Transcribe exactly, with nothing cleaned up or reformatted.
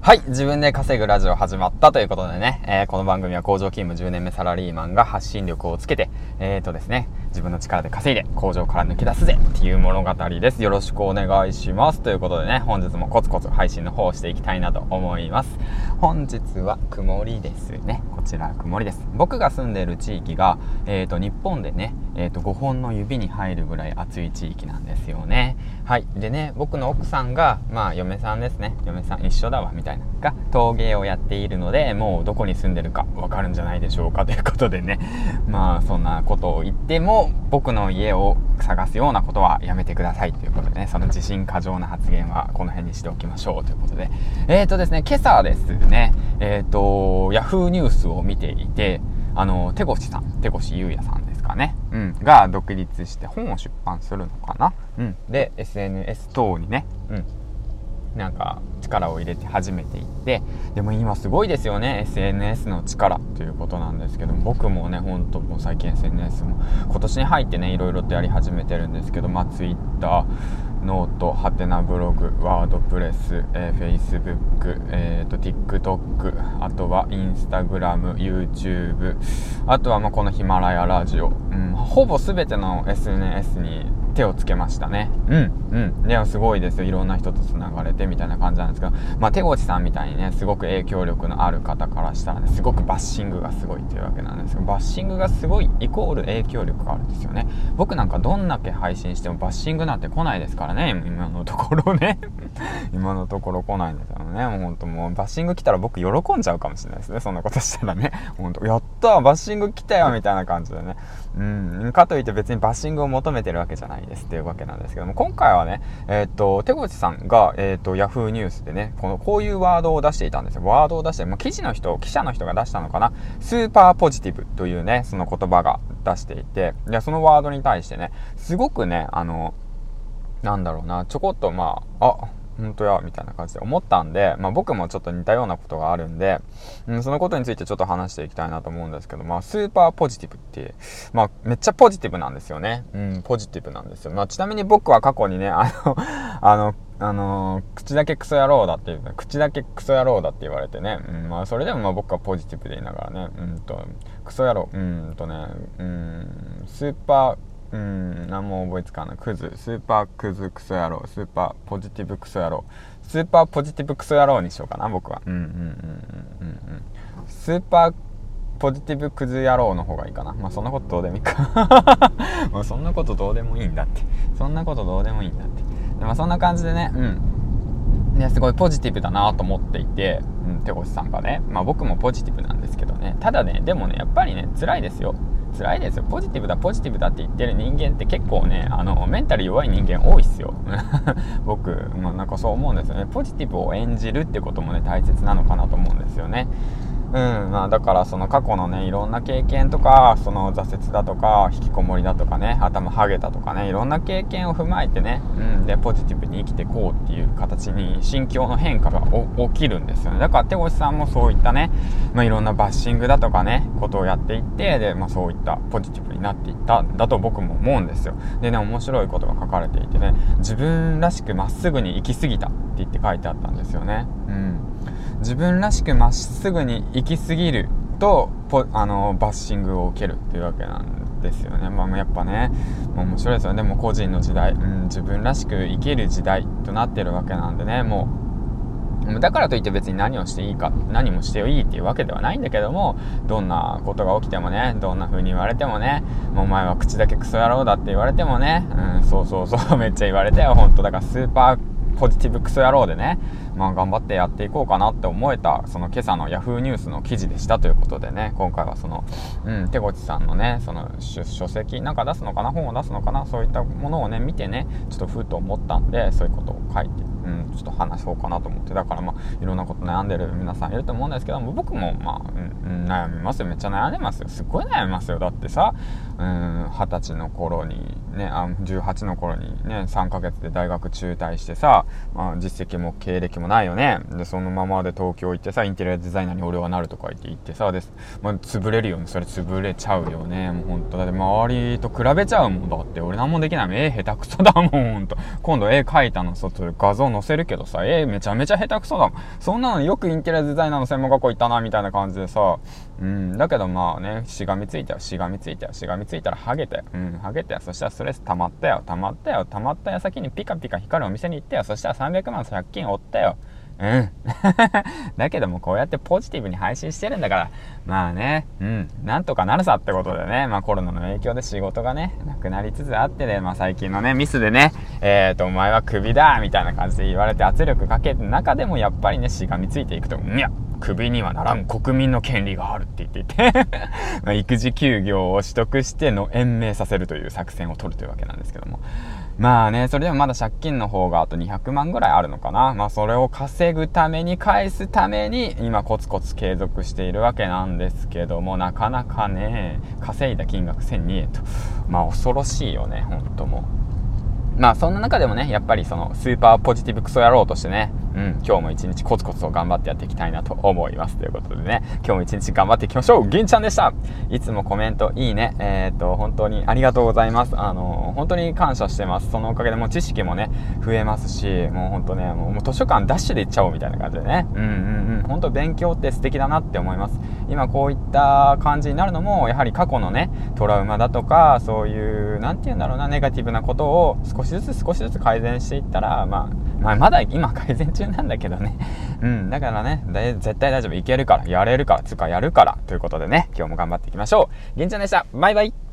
はい、自分で稼ぐラジオ始まったということでね、えー、この番組は工場勤務じゅうねんめサラリーマンが発信力をつけて、えーとですね、自分の力で稼いで工場から抜け出すぜっていう物語です。よろしくお願いします。ということでね、本日もコツコツ配信の方をしていきたいなと思います。本日は曇りですね。こちら曇りです。僕が住んでいる地域が、えーと、日本でね、えーと、ごほんの指に入るぐらい暑い地域なんですよね。はい。でね、僕の奥さんが、まあ、嫁さんですね。嫁さん一緒だわ、みたいな。が陶芸をやっているので、もうどこに住んでるかわかるんじゃないでしょうかということでね、まあそんなことを言っても僕の家を探すようなことはやめてくださいということでね、その自信過剰な発言はこの辺にしておきましょうということで、えーとですね今朝ですね、えーとヤフーニュースを見ていて、あの手越さん手越優也さんですかね、うん、が独立して本を出版するのかな、うん、で エスエヌエス 等にね、うんなんか力を入れて始めていって、でも今すごいですよね エスエヌエス の力ということなんですけど、僕もねほんともう最近 エスエヌエス も今年に入ってねいろいろとやり始めてるんですけど、まあ Twitter、ノート、ハテナブログ、ワードプレス、えー、Facebook、えーと TikTok、あとは Instagram、YouTube、あとはまあこのヒマラヤラジオ、うん、ほぼ全ての エスエヌエス に手をつけましたね。うんうんでもすごいですよ、いろんな人とつながれてみたいな感じなんですけど、まあ手越さんみたいにねすごく影響力のある方からしたらねすごくバッシングがすごいというわけなんですけど、バッシングがすごいイコール影響力があるんですよね。僕なんかどんだけ配信してもバッシングなんて来ないですからね、今のところね今のところ来ないんですよね。もう本当もうバッシング来たら僕喜んじゃうかもしれないですね、そんなことしたらね。本当やったーバッシング来たよみたいな感じでね、うんかといって別にバッシングを求めてるわけじゃないですっていうわけなんですけども、今回はねえー、っと手越さんが、えー、っとヤフーニュースでねこのこういうワードを出していたんですよ。ワードを出して、まあ、記事の人記者の人が出したのかな、スーパーポジティブというねその言葉が出していて、でそのワードに対してねすごくねあのなんだろうなちょこっとまああ本当やみたいな感じで思ったんで、まあ、僕もちょっと似たようなことがあるんで、うん、そのことについてちょっと話していきたいなと思うんですけど、まあ、スーパーポジティブって、まあ、めっちゃポジティブなんですよね。うん、ポジティブなんですよ。まあ、ちなみに僕は過去にね、あの、あの、あのー、口だけクソ野郎だっていう口だけクソ野郎だって言われてね、うん、まあそれでもまあ僕はポジティブでいながらね、うんとクソ野郎、うんとね、うんスーパーうーん何も覚えつかない。クズスーパークズクソ野郎スーパーポジティブクソ野郎スーパーポジティブクソ野郎にしようかな僕は。うんうんうんうんうんうんスーパーポジティブクズ野郎の方がいいかな。まあそんなことどうでもいいかもうそんなことどうでもいいんだってそんなことどうでもいいんだってで、まあ、そんな感じでねうんねすごいポジティブだなと思っていて、うん、手越さんがね、まあ僕もポジティブなんですけどね、ただねでもねやっぱりね辛いですよ辛いですよ。ポジティブだポジティブだって言ってる人間って結構ねあのメンタル弱い人間多いっすよ僕、まあ、なんかそう思うんですよね。ポジティブを演じるってこともね大切なのかなと思うんですよね。うんまあ、だからその過去のねいろんな経験とかその挫折だとか引きこもりだとかね頭ハゲたとかねいろんな経験を踏まえてね、うん、でポジティブに生きてこうっていう形に心境の変化が起きるんですよね。だから手越さんもそういったね、まあ、いろんなバッシングだとかねことをやっていってで、まあ、そういったポジティブになっていったんだと僕も思うんですよ。でね面白いことが書かれていてね自分らしくまっすぐに生きすぎたって言って書いてあったんですよね。うん自分らしくまっすぐに生きすぎるとポあのバッシングを受けるっていうわけなんですよね。まあやっぱね面白いですよね。でも個人の時代、うん、自分らしく生きる時代となってるわけなんでね、もうだからといって別に何をしていいか何もしていいっていうわけではないんだけども、どんなことが起きてもねどんな風に言われてもね、もうお前は口だけクソ野郎だって言われてもね、うん、そうそうそうめっちゃ言われたよ本当。だからスーパーポジティブクソ野郎でね、まあ頑張ってやっていこうかなって思えたその今朝のヤフーニュースの記事でしたということでね、今回はその、うん、手越さんのねその書籍なんか出すのかな本を出すのかなそういったものをね見てねちょっとふと思ったんでそういうことを書いて、うん、ちょっと話そうかなと思って、だからまあいろんなこと悩んでる皆さんいると思うんですけども、僕もまあ、うん、悩みますよ。めっちゃ悩んでますよ。すっごい悩みますよ。だってさ、うん、はたちの頃にねあじゅうはちの頃にねさんかげつで大学中退してさ、まあ、実績も経歴もないよね。でそのままで東京行ってさインテリアデザイナーに俺はなるとか言って言ってさです、まあ、潰れるよね。それ潰れちゃうよねもうほんと。だって周りと比べちゃうもん。だって俺何もできないもん。絵下手くそだもんほんと。今度絵描いたの外で画像載せるけどさ、えー、めちゃめちゃ下手くそだもん。そんなのによくインテリアデザイナーの専門学校行ったなみたいな感じでさ、うん、だけどまあね、しがみついたよ、しがみついたよ、しがみついたらハゲたよ、うん、ハゲたよ。そしたらストレス溜まったよ、溜まったよ、溜まった矢先にピカピカ光るお店に行ったよ。そしたらさんびゃくまん借金負ったよ。うんだけどもこうやってポジティブに配信してるんだから、まあね、うんなんとかなるさってことでね、まあコロナの影響で仕事がねなくなりつつあってね、まあ最近のねミスでね、えーとお前はクビだみたいな感じで言われて圧力かける中でもやっぱりねしがみついていくと、いやクビにはならん、国民の権利があるって言っていてまあ育児休業を取得しての延命させるという作戦を取るというわけなんですけども、まあね、それでもまだ借金の方があとにひゃくまんぐらいあるのかな。まあそれを稼ぐために返すために今コツコツ継続しているわけなんですけども、なかなかね稼いだ金額せんにえんと、まあ恐ろしいよね本当もう。まあそんな中でもねやっぱりそのスーパーポジティブクソ野郎としてね、うん今日も一日コツコツと頑張ってやっていきたいなと思いますということでね、今日も一日頑張っていきましょう。銀ちゃんでした。いつもコメントいいね、えー、っと本当にありがとうございます。あのー、本当に感謝してます。そのおかげでもう知識もね増えますし、もう本当ねもう、もう図書館ダッシュで行っちゃおうみたいな感じでね、うんうんうん本当勉強って素敵だなって思います。今こういった感じになるのもやはり過去のねトラウマだとかそういうなんて言うんだろうなネガティブなことを少しずつ少しずつ改善していったら、まあ、まあまだ今改善中なんだけどねうんだからね絶対大丈夫、いけるから、やれるからつかやるからということでね、今日も頑張っていきましょう。銀ちゃんでした。バイバイ。